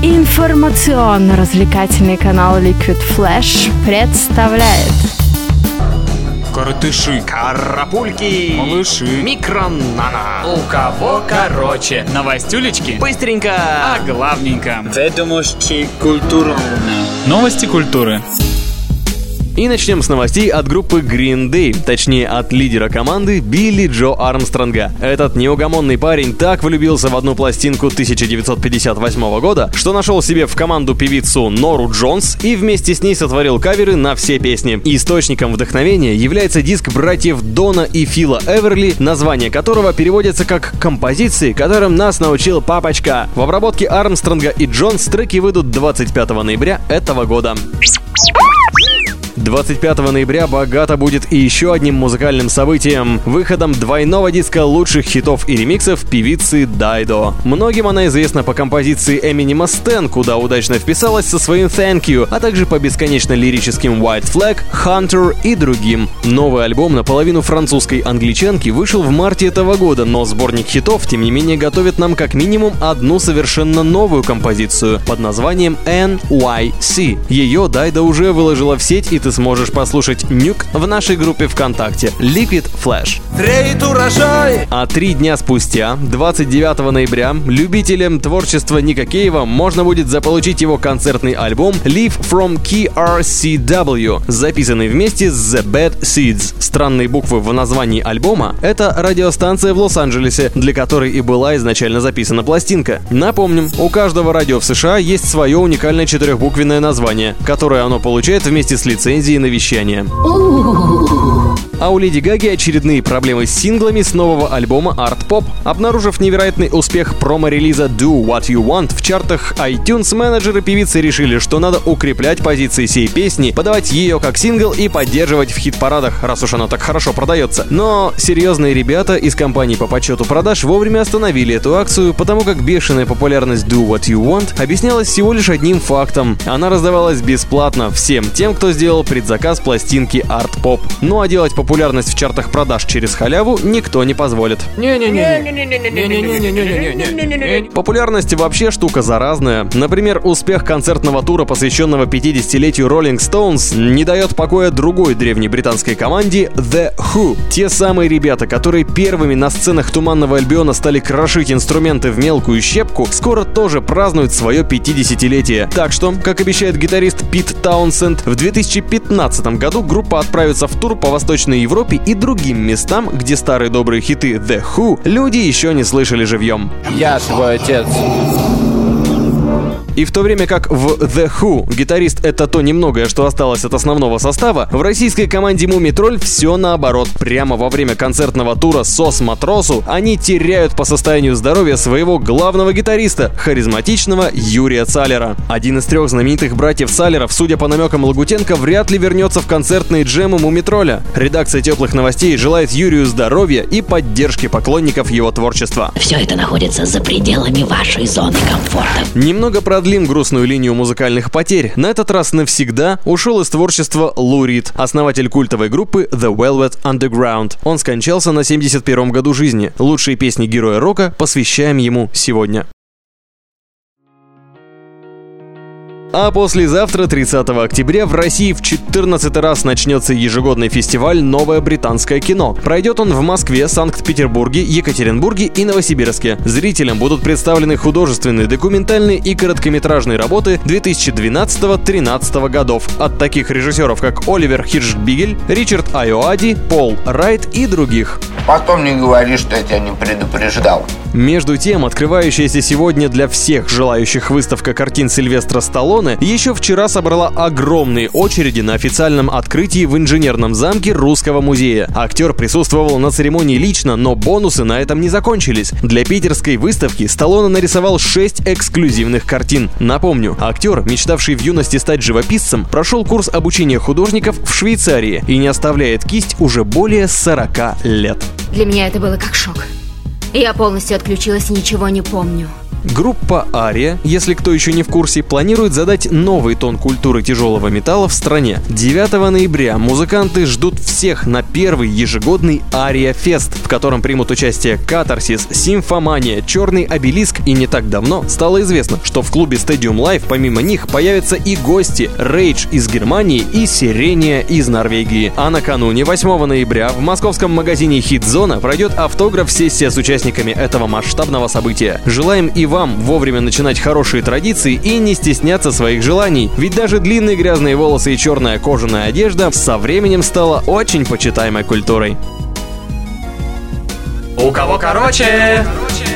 Информационно-развлекательный канал Liquid Flash представляет Коротыши, карапульки, малыши, микронано. У кого короче? Новостюлечки? Быстренько, А главненько. Ведомости культуры. Новости культуры. И начнем с новостей от группы Green Day, точнее от лидера команды Билли Джо Армстронга. Этот неугомонный парень так влюбился в одну пластинку 1958 года, что нашел себе в команду певицу Нору Джонс и вместе с ней сотворил каверы на все песни. Источником вдохновения является диск братьев Дона и Фила Эверли, название которого переводится как «Композиции, которым нас научил папочка». В обработке Армстронга и Джонс треки выйдут 25 ноября этого года. 25 ноября богато будет и еще одним музыкальным событием — выходом двойного диска лучших хитов и ремиксов певицы Дайдо. Многим она известна по композиции Эминема «Stan», куда удачно вписалась со своим «Thank You», а также по бесконечно лирическим «White Flag», «Hunter» и другим. Новый альбом наполовину французской англичанки вышел в марте этого года, но сборник хитов, тем не менее, готовит нам как минимум одну совершенно новую композицию под названием NYC. Ее Дайдо уже выложила в сеть, и ты сможешь послушать «Нюк» в нашей группе ВКонтакте Liquid Flash. А 3 дня спустя, 29 ноября, любителям творчества Ника Кейва можно будет заполучить его концертный альбом Live from KRCW, записанный вместе с The Bad Seeds. Странные буквы в названии альбома — это радиостанция в Лос-Анджелесе, для которой и была изначально записана пластинка. Напомним, у каждого радио в США есть свое уникальное 4-буквенное название, которое оно получает вместе с лицензией на вещание. А у Леди Гаги очередные проблемы с синглами с нового альбома Art Pop. Обнаружив невероятный успех промо-релиза Do What You Want в чартах iTunes, менеджеры певицы решили, что надо укреплять позиции сей песни, подавать ее как сингл и поддерживать в хит-парадах, раз уж она так хорошо продается. Но серьезные ребята из компании по подсчету продаж вовремя остановили эту акцию, потому как бешеная популярность Do What You Want объяснялась всего лишь одним фактом: она раздавалась бесплатно всем тем, кто сделал предзаказ пластинки Art Pop. Ну а делать популярность в чартах продаж через халяву никто не позволит. Популярность вообще штука заразная. Например, успех концертного тура, посвященного 50-летию Rolling Stones, не дает покоя другой древней британской команде The Who. Те самые ребята, которые первыми на сценах Туманного Альбиона стали крошить инструменты в мелкую щепку, скоро тоже празднуют свое 50-летие. Так что, как обещает гитарист Пит Таунсенд, в 2015 году группа отправится в тур по Восточной Европе и другим местам, где старые добрые хиты The Who люди еще не слышали живьем. Я твой отец. И в то время как в The Who гитарист — это то немногое, что осталось от основного состава, в российской команде Мумий-Тролль все наоборот. Прямо во время концертного тура «Сос Матросу» они теряют по состоянию здоровья своего главного гитариста, харизматичного Юрия Цалера. Один из 3 знаменитых братьев Цалеров, судя по намекам Лагутенко, вряд ли вернется в концертные джемы Мумий-Тролля. Редакция «Теплых новостей» желает Юрию здоровья и поддержки поклонников его творчества. Все это находится за пределами вашей зоны комфорта. Немного продлим грустную линию музыкальных потерь. На этот раз навсегда ушел из творчества Лу Рид, основатель культовой группы The Velvet Underground. Он скончался на 71-м году жизни. Лучшие песни героя рока посвящаем ему сегодня. А послезавтра, 30 октября, в России в 14-й раз начнется ежегодный фестиваль «Новое британское кино». Пройдет он в Москве, Санкт-Петербурге, Екатеринбурге и Новосибирске. Зрителям будут представлены художественные, документальные и короткометражные работы 2012-13 годов от таких режиссеров, как Оливер Хиршбигель, Ричард Айоади, Пол Райт и других. Потом не говори, что я тебя не предупреждал. Между тем, открывающаяся сегодня для всех желающих выставка картин Сильвестра Сталлоне еще вчера собрала огромные очереди на официальном открытии в инженерном замке Русского музея. Актер присутствовал на церемонии лично, но бонусы на этом не закончились. Для питерской выставки Сталлоне нарисовал 6 эксклюзивных картин. Напомню, актер, мечтавший в юности стать живописцем, прошел курс обучения художников в Швейцарии и не оставляет кисть уже более 40 лет. Для меня это было как шок. Я полностью отключилась и ничего не помню. Группа Ария, если кто еще не в курсе, планирует задать новый тон культуры тяжелого металла в стране. 9 ноября музыканты ждут всех на первый ежегодный Ария Фест, в котором примут участие Катарсис, Симфомания, Черный Обелиск, и не так давно стало известно, что в клубе Stadium Live помимо них появятся и гости Rage из Германии и Сирения из Норвегии. А накануне 8 ноября в московском магазине Хит-Зона пройдет автограф-сессия с участниками этого масштабного события. Желаем и вам вовремя начинать хорошие традиции и не стесняться своих желаний, ведь даже длинные грязные волосы и черная кожаная одежда со временем стала очень почитаемой культурой. У кого короче?